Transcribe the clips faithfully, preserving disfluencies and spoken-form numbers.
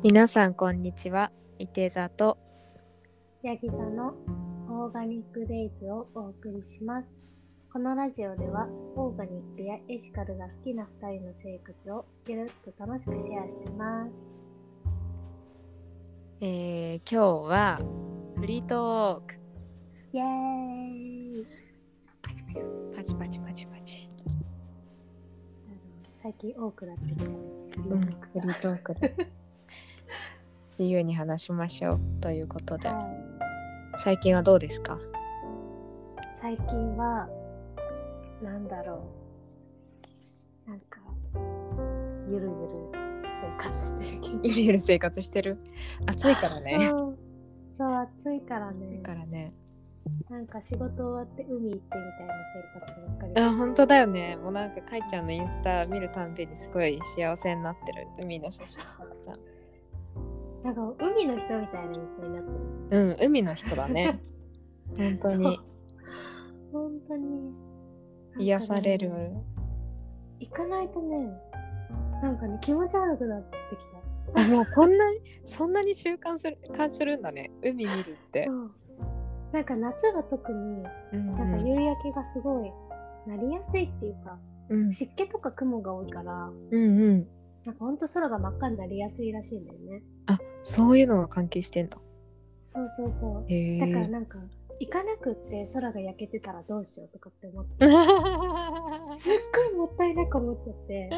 皆さんこんにちは。いて座とヤギ座のオーガニックデイズをお送りします。このラジオではオーガニックやエシカルが好きなふたりの生活をゆるっと楽しくシェアしてます。 えー、今日はフリートーク。 イエーイ。パチパチパチパチパチパチ。 あの最近多くなってきたね。 うん、フリートークで自由に話しましょうということで、 はい、 最近はどうですか？ 最近はなんだろう、なんかゆるゆる生活してるけどゆるゆる生活してる。暑いからね。 そうそう暑いからね。 暑いからね。 なんか仕事終わって海行ってみたいな生活ばっかり。 あ、本当だよね。もうなんかかいちゃんのインスタ見るたんびにすごい幸せになってる。海の写真たくさん。 なんか海の人みたいなインスタになってる。うん、海の人だね。本当に本当に、ね、 癒される。 行かないとね、なんかね気持ち悪くなってきた。あ、もうそんなにそんなに習慣する感するんだね。海見るって。 そう。なんか夏が特に、うん、なんか夕焼けがすごいなりやすいっていうか、うん、湿気とか雲が多いから、うんうん、なんかほんと空が真っ赤になりやすいらしいんだよね。 あ、そういうのが関係してんだ。 そうそうそう。だからなんか行かなくって空が焼けてたらどうしようとかって思ってすっごいもったいなく思っちゃって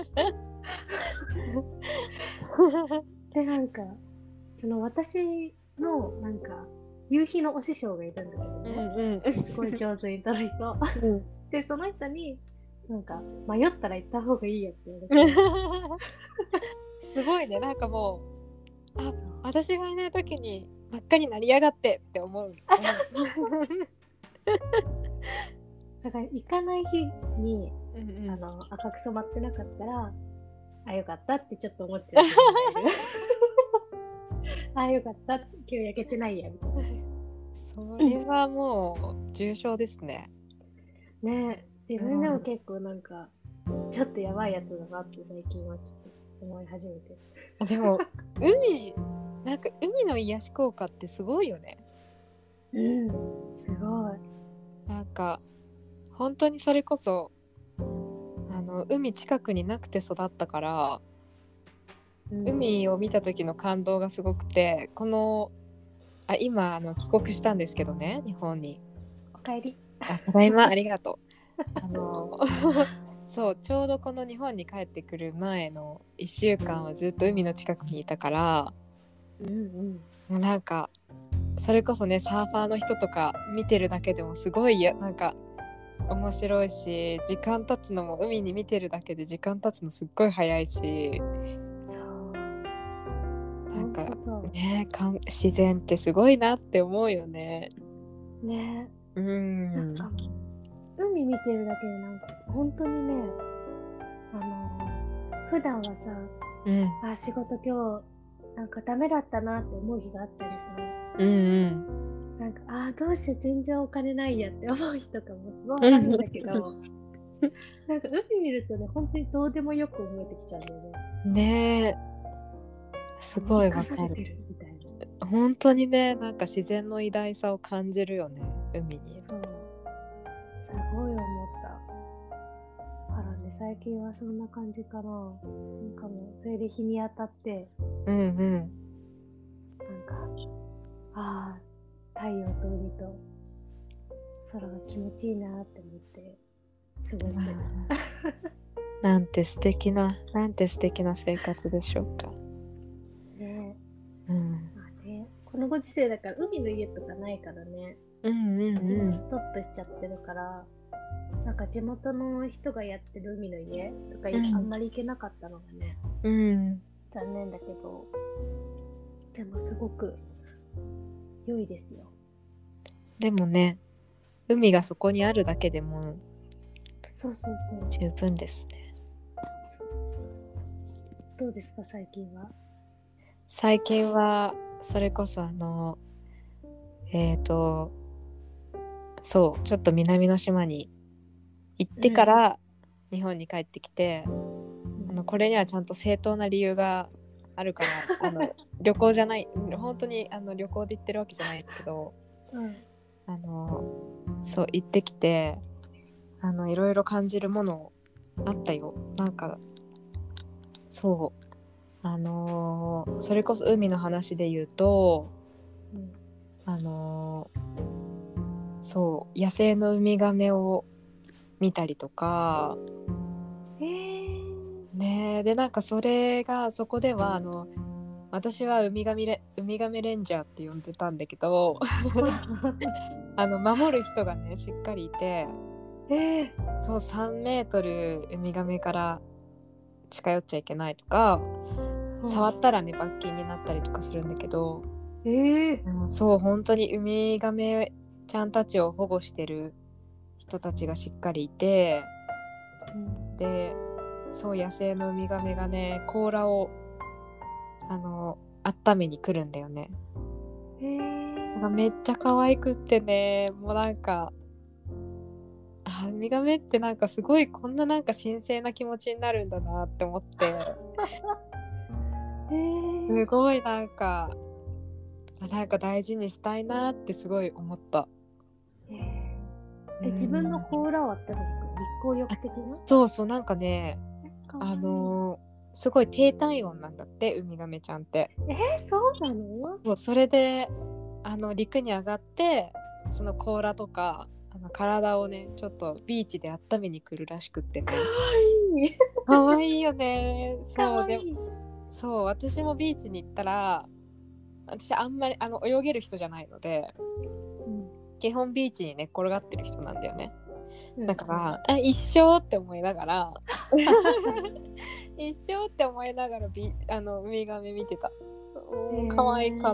でなんかその私のなんか夕日のお師匠がいるんだけどね、うんうん、すごい上手に撮る人、うん、でその人になんか迷ったら行った方がいいよって言われてすごいね。なんかもう、あ、私がいない時に真っ赤になりやがってって思う。 あ、そうだから行かない日に、うんうん、あの赤く染まってなかったらあ、よかったってちょっと思っちゃうあ、よかった今日焼けてないやみたいな。 それはもう重症ですね。 ねえ、自分でも結構なんか、うん、ちょっとやばいやつだなって最近はちょっと思い始めて。 でも海なんか海の癒し効果ってすごいよね。 うん、すごい。 なんか本当にそれこそあの海近くになくて育ったから、うん、海を見た時の感動がすごくて、このあ今あの帰国したんですけどね、日本に。 おかえり。 あ、ただいま。ありがとう。あのそうちょうどこの日本に帰ってくる前のいっしゅうかんはずっと海の近くにいたから、うんうん、もうなんかそれこそね、サーファーの人とか見てるだけでもすごいやなんか面白いし、時間経つのも海に見てるだけで時間経つのすっごい早いし、そうなんかね、かん自然ってすごいなって思うよね。 ね、 うん、 なんか海見てるだけでなんか本当にね、あの普段はさ、うん、あ仕事今日なんかダメだったなって思う日があったりさ、うんうん、なんかあどうしよう全然お金ないやって思う日とかもすごいあるんだけどなんか海見るとね本当にどうでもよく思えてきちゃうんだよね。ねえ、すごいわかる。 みたいな本当にね、なんか自然の偉大さを感じるよね、海に。 そうすごい思ったからね、最近はそんな感じかな。なんかもうそれで日に当たってうんうんなんかああ太陽と海と空が気持ちいいなって思って過ごしてるなんて素敵ななんて素敵な生活でしょうかね。うん、まあね、このご時世だから海の家とかないからね、うんうんうん、ストップしちゃってるから、なんか地元の人がやってる海の家とか、うん、あんまり行けなかったのがね、うん、残念だけど、でもすごく良いですよ。 でもね、海がそこにあるだけでもそうそうそう十分ですね。 どうですか最近は？ 最近はそれこそあのえっとそうちょっと南の島に行ってから日本に帰ってきて、うん、あのこれにはちゃんと正当な理由があるからあの旅行じゃない本当にあの旅行で行ってるわけじゃないんだけど、うん、あのそう行ってきてあのいろいろ感じるものあったよ。なんかそうあのー、それこそ海の話で言うと、うん、あのー、そう野生のウミガメを見たりとか、えー、ねでなんかそれがそこではあの私はウミガメレウミガメレンジャーって呼んでたんだけどあの守る人がねしっかりいて、えー、そうさんメートルウミガメから近寄っちゃいけないとか、うん、触ったらね罰金になったりとかするんだけど、えーうん、そう本当にウミガメちゃんたちを保護してる人たちがしっかりいて、うん、でそう野生のウミガメがね甲羅をあの温めに来るんだよね。へー、なんかめっちゃ可愛くってねもうなんかあウミガメってなんかすごいこんななんか神聖な気持ちになるんだなって思ってへー、すごいなんかなんか大事にしたいなってすごい思った。 へー、え自分の甲羅を温めてくる日光浴的な？ そうそうなんかねあのーすごい低体温なんだってウミガメちゃんって。 えー、そうなの？ そうそれであの陸に上がってその甲羅とかあの体をねちょっとビーチで温めに来るらしくってね。かわいいかわいいよね。そうでそう私もビーチに行ったら私あんまりあの泳げる人じゃないので、うん、基本ビーチにね転がってる人なんだよね。だから、うん、あ一生って思いながら一生って思いながらビあのウミガメ見てた。可愛かった。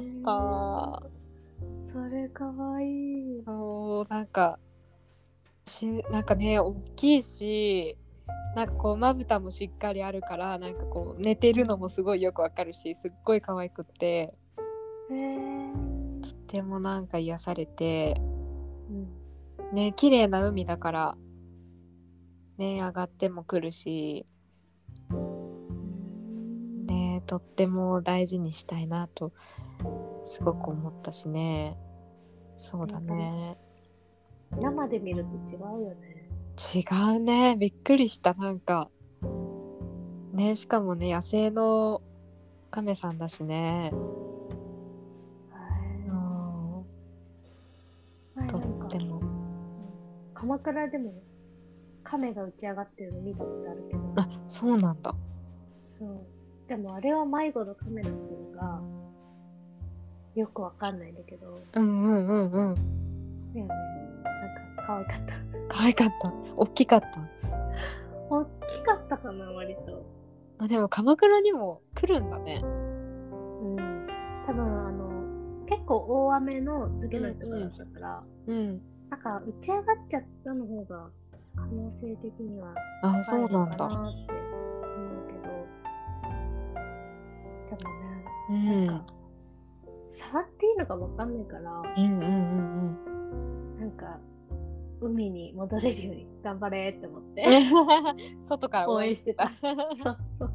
それ可愛い。 そうなんかしなんかね大きいしなんかこうまぶたもしっかりあるからなんかこう寝てるのもすごいよくわかるしすっごい可愛くってとってもなんか癒されて、うん、ね綺麗な海だからね上がっても来るしねとっても大事にしたいなとすごく思ったしね。そうだね。 生で見ると違うよね。 違うね。びっくりした。なんかねしかもね野生のカメさんだしね。とっても。 鎌倉でもカメが打ち上がってるの見たことあるけど。 あ、そうなんだ。 そう。でもあれは迷子のカメラっていうのがよくわかんないんだけど。 うんうんうんうん。 だよね。なんか可愛かった。 可愛かった。大きかった。 大きかったかな割と。 あでも鎌倉にも来るんだね。 うん。多分あの結構大雨の次の日とかだったから、うんうん、なんか打ち上がっちゃったの方が可能性的には高いのかなって思うけど、でもね、うん、なんか触っていいのか分かんないから、うんうんうんうん、なんか海に戻れるように頑張れって思って外から応援してた。そうそう。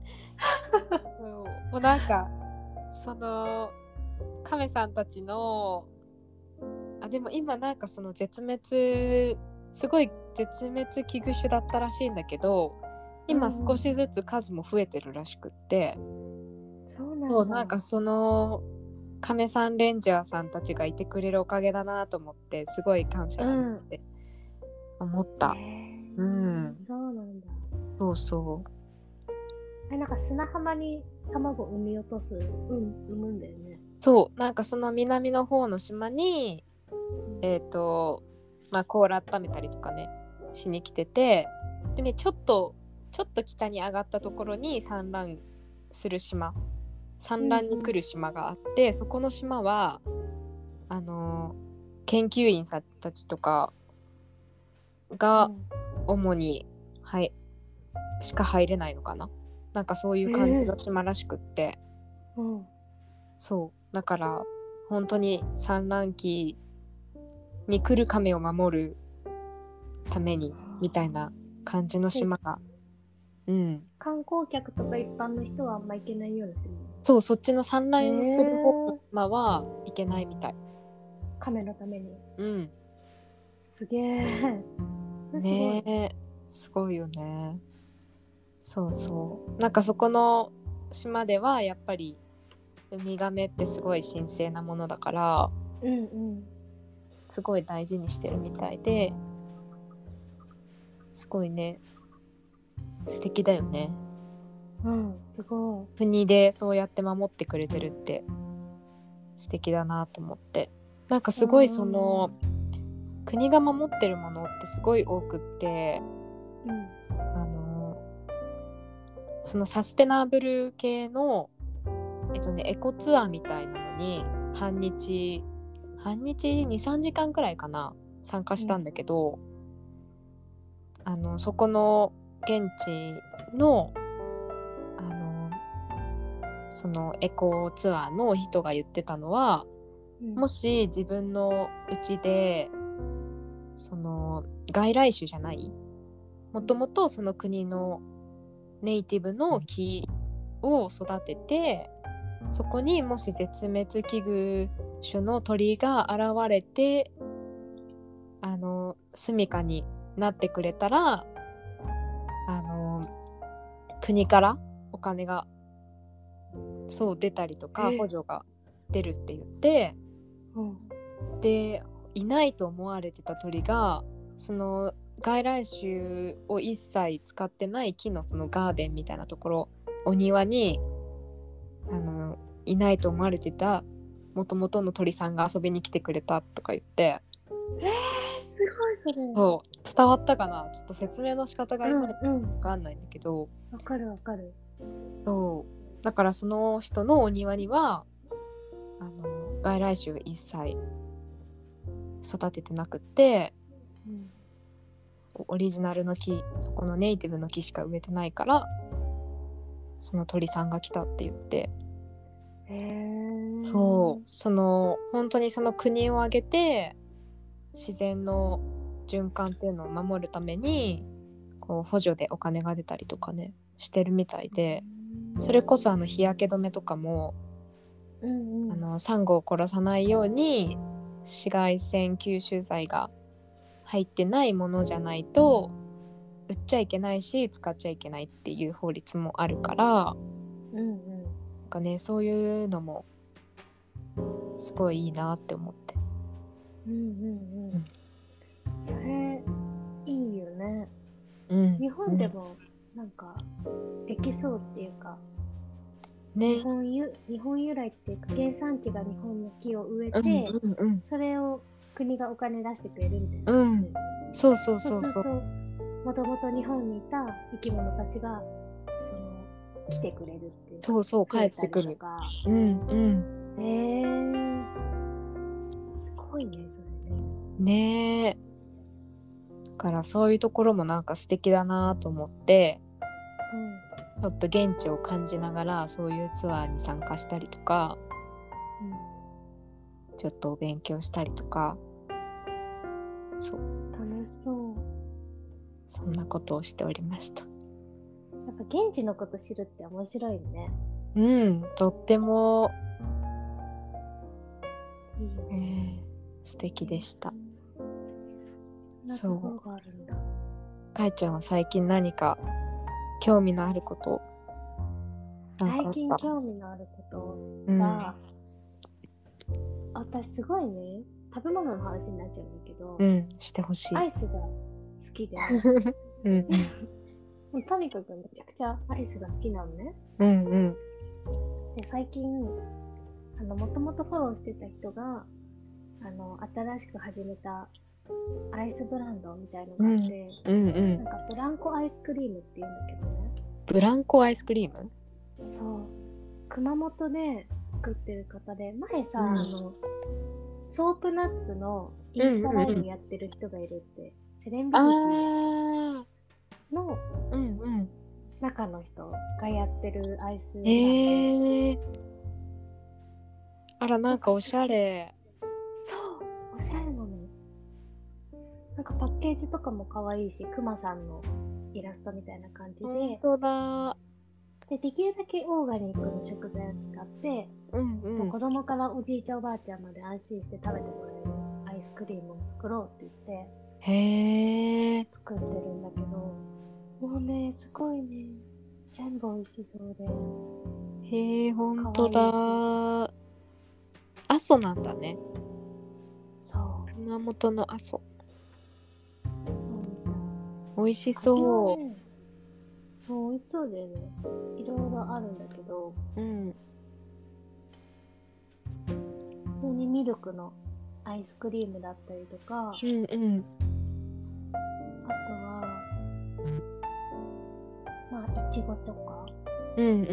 もうなんかそのカメさんたちのあでも今なんかその絶滅すごい絶滅危惧種だったらしいんだけど今少しずつ数も増えてるらしくって、うん、そうなんだ。そうなんかそのカメさんレンジャーさんたちがいてくれるおかげだなと思ってすごい感謝だなって思った、うん、うん、 そうなんだ。 そうそうえなんか砂浜に卵産み落とす、うん、産むんだよね。 そうなんかその南の方の島にえっ、ー、とまあ甲羅温めたりとかねしに来ててでねちょっとちょっと北に上がったところに産卵する島産卵に来る島があって、うんうん、そこの島はあの研究員さんたちとかが主に、うんはいしか入れないのかななんかそういう感じの島らしくって、えーうん、そうだから本当に産卵期に来る亀を守るためにみたいな感じの島がうん、 観光客とか一般の人はあんま行けないようなするの。 そう、そっちの産卵する方の島は行けないみたい。 カメのために。 うん。 すげえ。 ねえ、すごいよね。そうそう。なんかそこの島ではやっぱりウミガメってすごい神聖なものだから、 うんうん、 すごい大事にしてるみたいで、すごいね、素敵だよね。 うん、すごい。 国でそうやって守ってくれてるって素敵だなと思って。なんかすごいその、うん、国が守ってるものってすごい多くって、うん、あのそのサステナブル系のえっとねエコツアーみたいなのに半日半日 にさんじかんくらいかな参加したんだけど、うん、あのそこの現地のあのそのエコツアーの人が言ってたのは、うん、もし自分の家でその外来種じゃないもともとその国のネイティブの木を育てて、そこにもし絶滅危惧種の鳥が現れてあの住処になってくれたら、あの国からお金がそう出たりとか補助が出るって言って、うん、でいないと思われてた鳥がその外来種を一切使ってない木のそのガーデンみたいなところお庭にあのいないと思われてた元々の鳥さんが遊びに来てくれたとか言って、 えー、すごいそれ。 そう伝わったかな、ちょっと説明の仕方が今分かんないんだけど、 わ、うん、かるわかる。 そうだからその人のお庭にはあの外来種一切育ててなくって、うん、オリジナルの木そこのネイティブの木しか植えてないからその鳥さんが来たって言って、へー、そうその本当にその国を挙げて自然の循環っていうのを守るためにこう補助でお金が出たりとかねしてるみたいで、それこそあの日焼け止めとかも、うんうん、あのサンゴを殺さないように紫外線吸収剤が入ってないものじゃないと売っちゃいけないし使っちゃいけないっていう法律もあるから、うんうん、なんかねそういうのもすごいいいなって思って、うんうんうん、 うん、それいいよね、うん、日本でもなんかできそうっていうか、ね、日本由、日本由来っていうか原産地が日本の木を植えて、うんうんうん、それを国がお金出してくれるみたいな、うん、 そうそうそうそう、 もともと日本にいた生き物たちがその来てくれるっていう、 そうそう帰ってくる、うんうん、 えー、すごいねそれね。ねえ、だからそういうところもなんか素敵だなと思って、うん、ちょっと現地を感じながらそういうツアーに参加したりとか、うん、ちょっとお勉強したりとか、そう楽しそう、 そんなことをしておりました。 やっぱ現地のこと知るって面白いね。 うん、とってもいいね、えー、素敵でした。 そう。 かいちゃんは最近何か興味のあること最近興味のあることは、うん、私すごいね食べ物の話になっちゃうんだけど、 うん、してほしい。 アイスが好きで、うん、もうとにかくめちゃくちゃアイスが好きなのね。うんうん。で最近あのもともとフォローしてた人があの新しく始めたアイスブランドみたいのがあって、うんうんうん、なんかブランコアイスクリームっていうんだけどね。 ブランコアイスクリーム？ そう、熊本で作ってる方で、前さ、うん、あのソープナッツのインスタライブやってる人がいるって、うんうんうん、セレンビリティの中の人がやってるアイスブランド、えー、 あらなんかおしゃれ。 そう、おしゃれなの。なんかパッケージとかも可愛いし、クマさんのイラストみたいな感じで、 本当だ。 でできるだけオーガニックの食材を使って、 うんうん、 もう子供からおじいちゃんおばあちゃんまで安心して食べてもらえるアイスクリームを作ろうって言ってへえ、 作ってるんだけど、もうねすごいね、全部美味しそうで、 へえ、本当だ。阿蘇なんだね。 そう、 熊本の阿蘇。 そうみたい。 美味しそう。 味はね、そう美味しそうだよね。いろいろあるんだけど、 うん。 普通にミルクのアイスクリームだったりとか、 うんうん。 あとはまあいちごとか、 うんうん。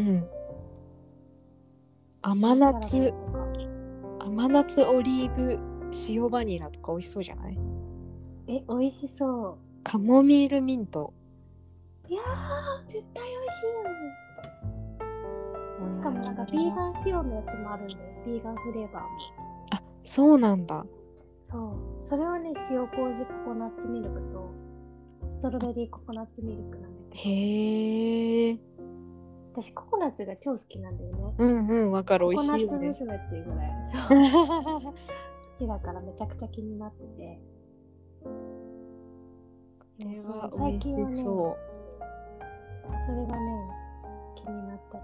甘夏、甘夏オリーブ塩バニラとか美味しそうじゃない？ え、美味しそう。 カモミールミント。 いやー、絶対美味しいよね。しかもなんかビーガン仕様のやつもあるんだよ。ビーガンフレーバーも。 あ、そうなんだ。 そう。それはね、塩麹ココナッツミルクとストロベリーココナッツミルクなんだけど。 へー。 私ココナッツが超好きなんだよね。 うんうん、わかる。美味しいよね。 ココナッツ娘っていうぐらい。そう。好きだからめちゃくちゃ気になってて。 これは美味しそう。 ね、それがね、気になってる。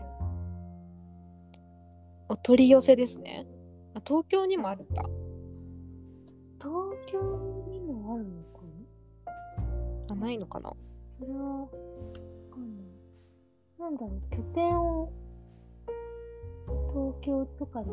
お取り寄せですね。あ、東京にもあるんだ。 東京にもあるのかな？あ、ないのかな？ それはわかんない。なんだろう、拠点を東京とかに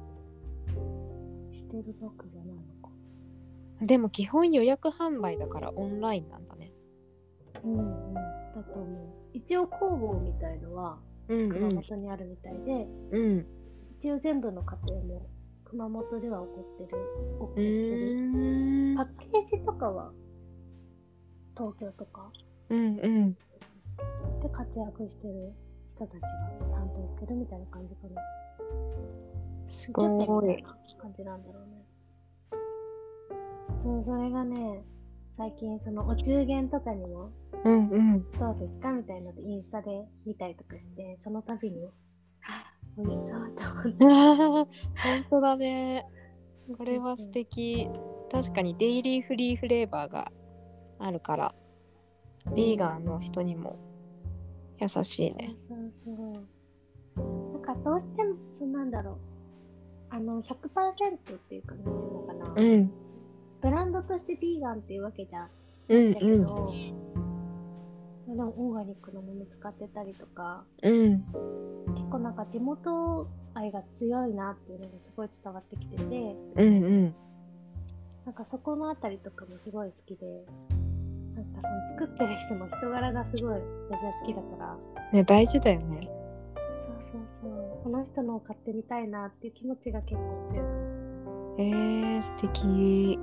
してるわけじゃないのか。 でも基本予約販売だからオンラインなんだね。 うんうん、だと思う。一応工房みたいのは熊本にあるみたいで、 うんうん、 一応全部の家庭も熊本では起こってる、起こってる。パッケージとかは東京とか、 うんうん、 で活躍してる人たちが担当してるみたいな感じかな。 すごい感じなんだろうね。そう、それがね、最近そのお中元とかにも、 うんうん、 どうですかみたいなのでインスタで見たりとかして、その度に、はぁ、美味しそうと思って。 本当だね。これは素敵。確かにデイリーフリーフレーバーがあるから、ビーガンの人にも優しいね。 そうそうそう。なんかどうしてもそうなんだろう。あの ひゃくパーセント っていうかなんていうのかな。 うん。 ブランドとしてビーガンっていうわけじゃうんだけど、うん、でもオーガニックのもの使ってたりとか、 うん、 結構なんか地元愛が強いなっていうのがすごい伝わってきてて、 うんうん、 なんかそこのあたりとかもすごい好きで、なんかその作ってる人の人柄がすごい私は好きだからね、大事だよね。 そうそうそう、この人のを買ってみたいなっていう気持ちが結構強いかもしれない。 えー、素敵。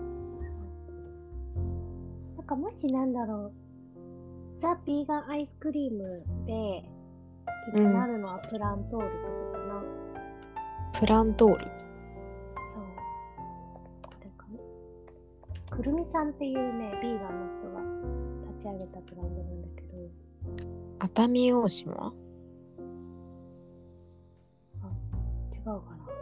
なんかもしなんだろう、ザ・ビーガンアイスクリームで気になるのはプラントールとかかな、うん、 プラントール、 そうこれかな、くるみさんっていうねビーガンの人が立ち上げたブランドなんだけど、 熱海大島？ あ、違うか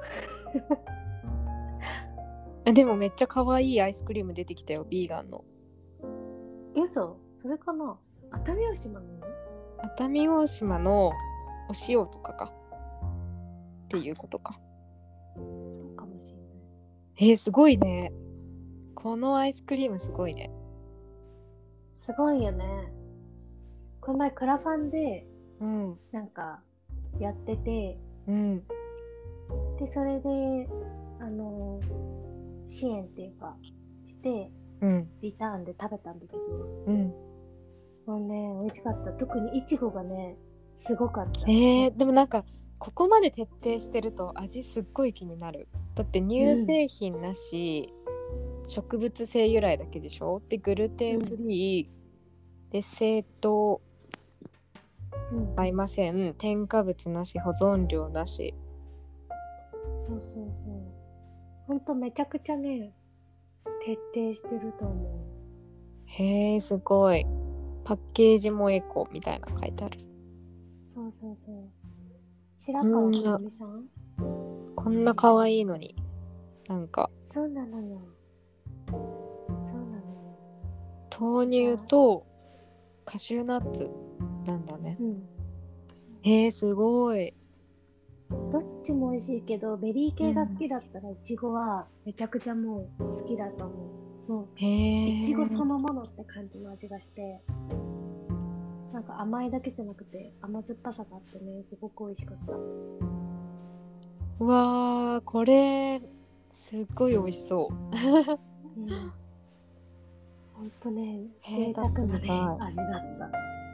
なでもめっちゃ可愛いアイスクリーム出てきたよ、ビーガンの。 嘘？それかな？熱海大島の？ 熱海大島のお塩とかかっていうことか。 そうかもしれない。 えー、すごいね。このアイスクリームすごいね。 すごいよね。この前クラファンでなんかやってて、 うん、 でそれであの支援っていうかして、うん、リターンで食べたんだけど、うん、もうね美味しかった。特にいちごがねすごかった。 えー、でもなんかここまで徹底してると味すっごい気になる。だって乳製品なし、うん、植物性由来だけでしょ。でグルテンフリー、うん、で生糖合いません、添加物なし、保存料なし。 そうそうそう、ほんとめちゃくちゃね徹底してると思う。 へえ、すごい。 パッケージもエコみたいな書いてある。 そうそうそう。白川かなみさん、 こんな可愛いのになんかそうなのよ。そうなのよ。 豆乳とカシューナッツなんだね。 うん。 えー、すごい。 どっちも美味しいけど、ベリー系が好きだったらいちごはめちゃくちゃもう好きだと思う。もういちごそのものって感じの味がして、なんか甘いだけじゃなくて甘酸っぱさがあってね、すごく美味しかった。 うわー、これすっごい美味しそう。 うん、ほんとね、贅沢なね、味だった。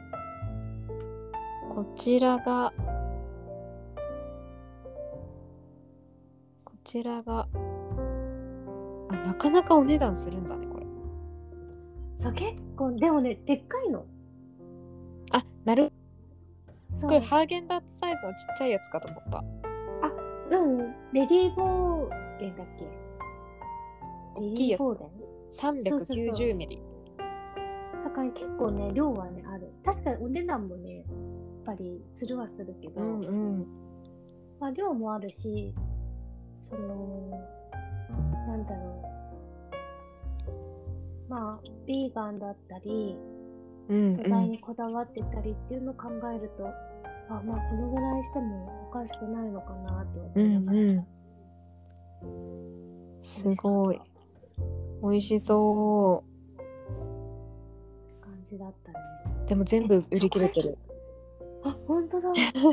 こちらがこちらがあ、なかなかお値段するんだねこれ。 そう、結構でもね、でっかいの。 あ、なる。 そう。 これハーゲンダッツサイズのちっちゃいやつかと思った。 あ、うん、レディーボーゲンだっけ。レディーボーゲンさんびゃくきゅうじゅうミリ。 だから結構ね、量はね、ある。確かにお値段もね、やっぱりするはするけど、 うんうん、 まあ量もあるし、その、なんだろう。まあ、ビーガンだったり、うんうん、素材にこだわってたりっていうのを考えると、あ、まあこのぐらいしてもおかしくないのかなと思いながら、うんうん、すごい美味しそう感じだったね。 でも全部売り切れてる。 あ、本当だ。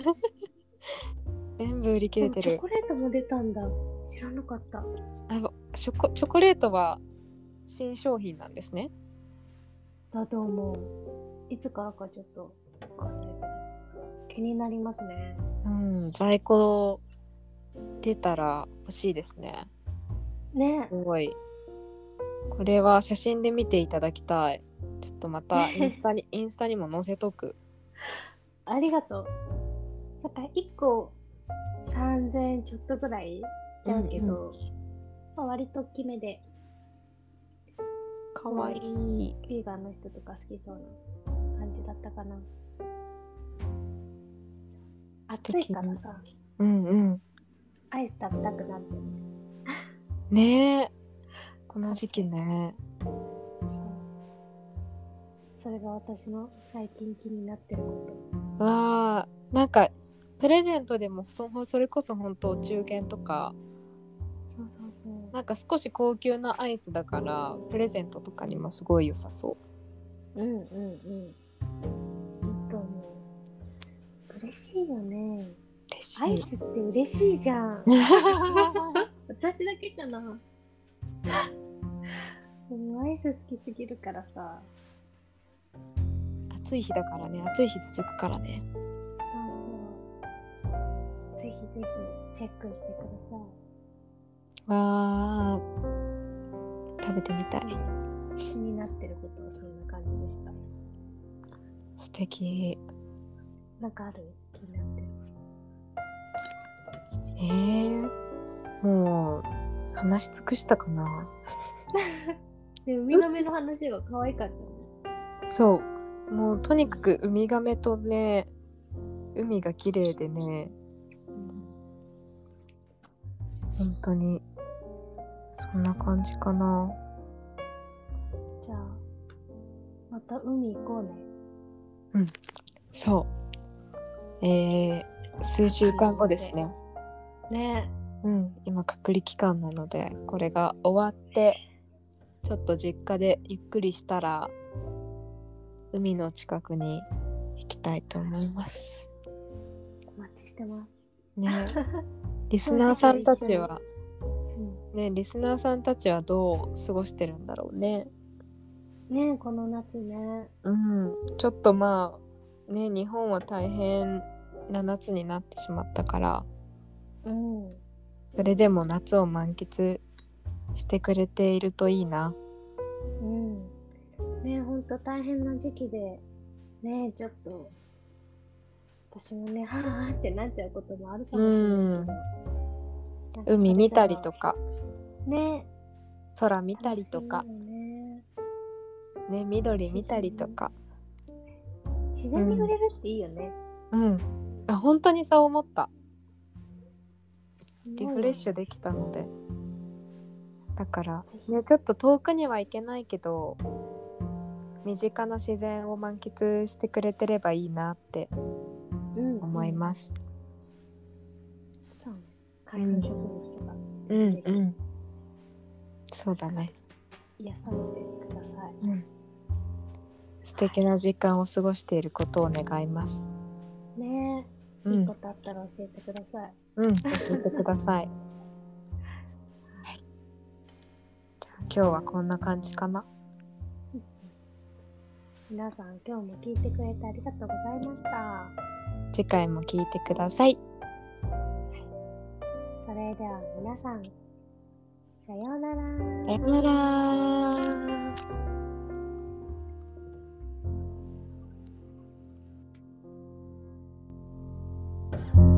全部売り切れてる。 チョコレートも出たんだ。知らなかった。あ、 チョコ、チョコレートは新商品なんですね。 だと思う。いつからかちょっとわかんないけど気になりますね。 うん、在庫出たら欲しいですね。 ね。 すごい。これは写真で見ていただきたい。ちょっとまたインスタにインスタにも載せとく。 ありがとう。さっきいっこさんぜんえんちょっとぐらいしちゃうけど、うんうん、まあ、割と大きめで。 かわいい。 ビーガンの人とか好きそうな感じだったかな。暑いからさ。 うんうん。 アイス食べたくなるじゃん。 ねえ。この時期ね。 そう。それが私の最近気になってること。 わあ、なんかプレゼントでも そ, それこそ本当お中元とか。 そうそうそう。 なんか少し高級なアイスだからプレゼントとかにもすごい良さそう。 うんうんうん。いいと思う。嬉しいよね。 嬉しい。 アイスって嬉しいじゃん。私だけかな。でもアイス好きすぎるからさ。 暑い日だからね。暑い日続くからね。 そうそう。ぜひぜひチェックしてください。 わー、食べてみたい。 気になってることはそんな感じでした。 素敵。 なんかある？気になってる。 えー、もう話し尽くしたかな。 でウミガメの話は可愛かったね。 そう、もうとにかくウミガメとね、海が綺麗でね、うん、本当にそんな感じかな。 じゃあまた海行こうね。 うん、そう。えー、数週間後ですね。 ね。 うん、今隔離期間なので、これが終わってちょっと実家でゆっくりしたら海の近くに行きたいと思います。 お待ちしてます。 ね、リスナーさんたちは、うん、ね、リスナーさんたちはどう過ごしてるんだろうね。 ね、この夏ね。 うん、ちょっとまあね、日本は大変な夏になってしまったから、 うん、 それでも夏を満喫してくれているといいな。 うん。ね、ほんと大変な時期で、ね、ちょっと私もね、はぁってなっちゃうこともあるかもしれないけど、 海見たりとか、 ね、 空見たりとか、 ね、 ね、緑見たりとか、 自然に触れるっていいよね。 うん、うん、あ本当にそう思った。リフレッシュできたので、だからね、ちょっと遠くには行けないけど身近な自然を満喫してくれてればいいなって思います、 うんうん、そうね、観葉植物とか、 うん、うんうん、そうだね、 癒されてください、 うん、素敵な時間を過ごしていることを願いますねえ、うん、いいことあったら教えてください。 うん、教えてくださいはい、じゃあ今日はこんな感じかな。 皆さん今日も聞いてくれてありがとうございました。 次回も聞いてください。 はい、それでは皆さん、さようなら。 さようなら。you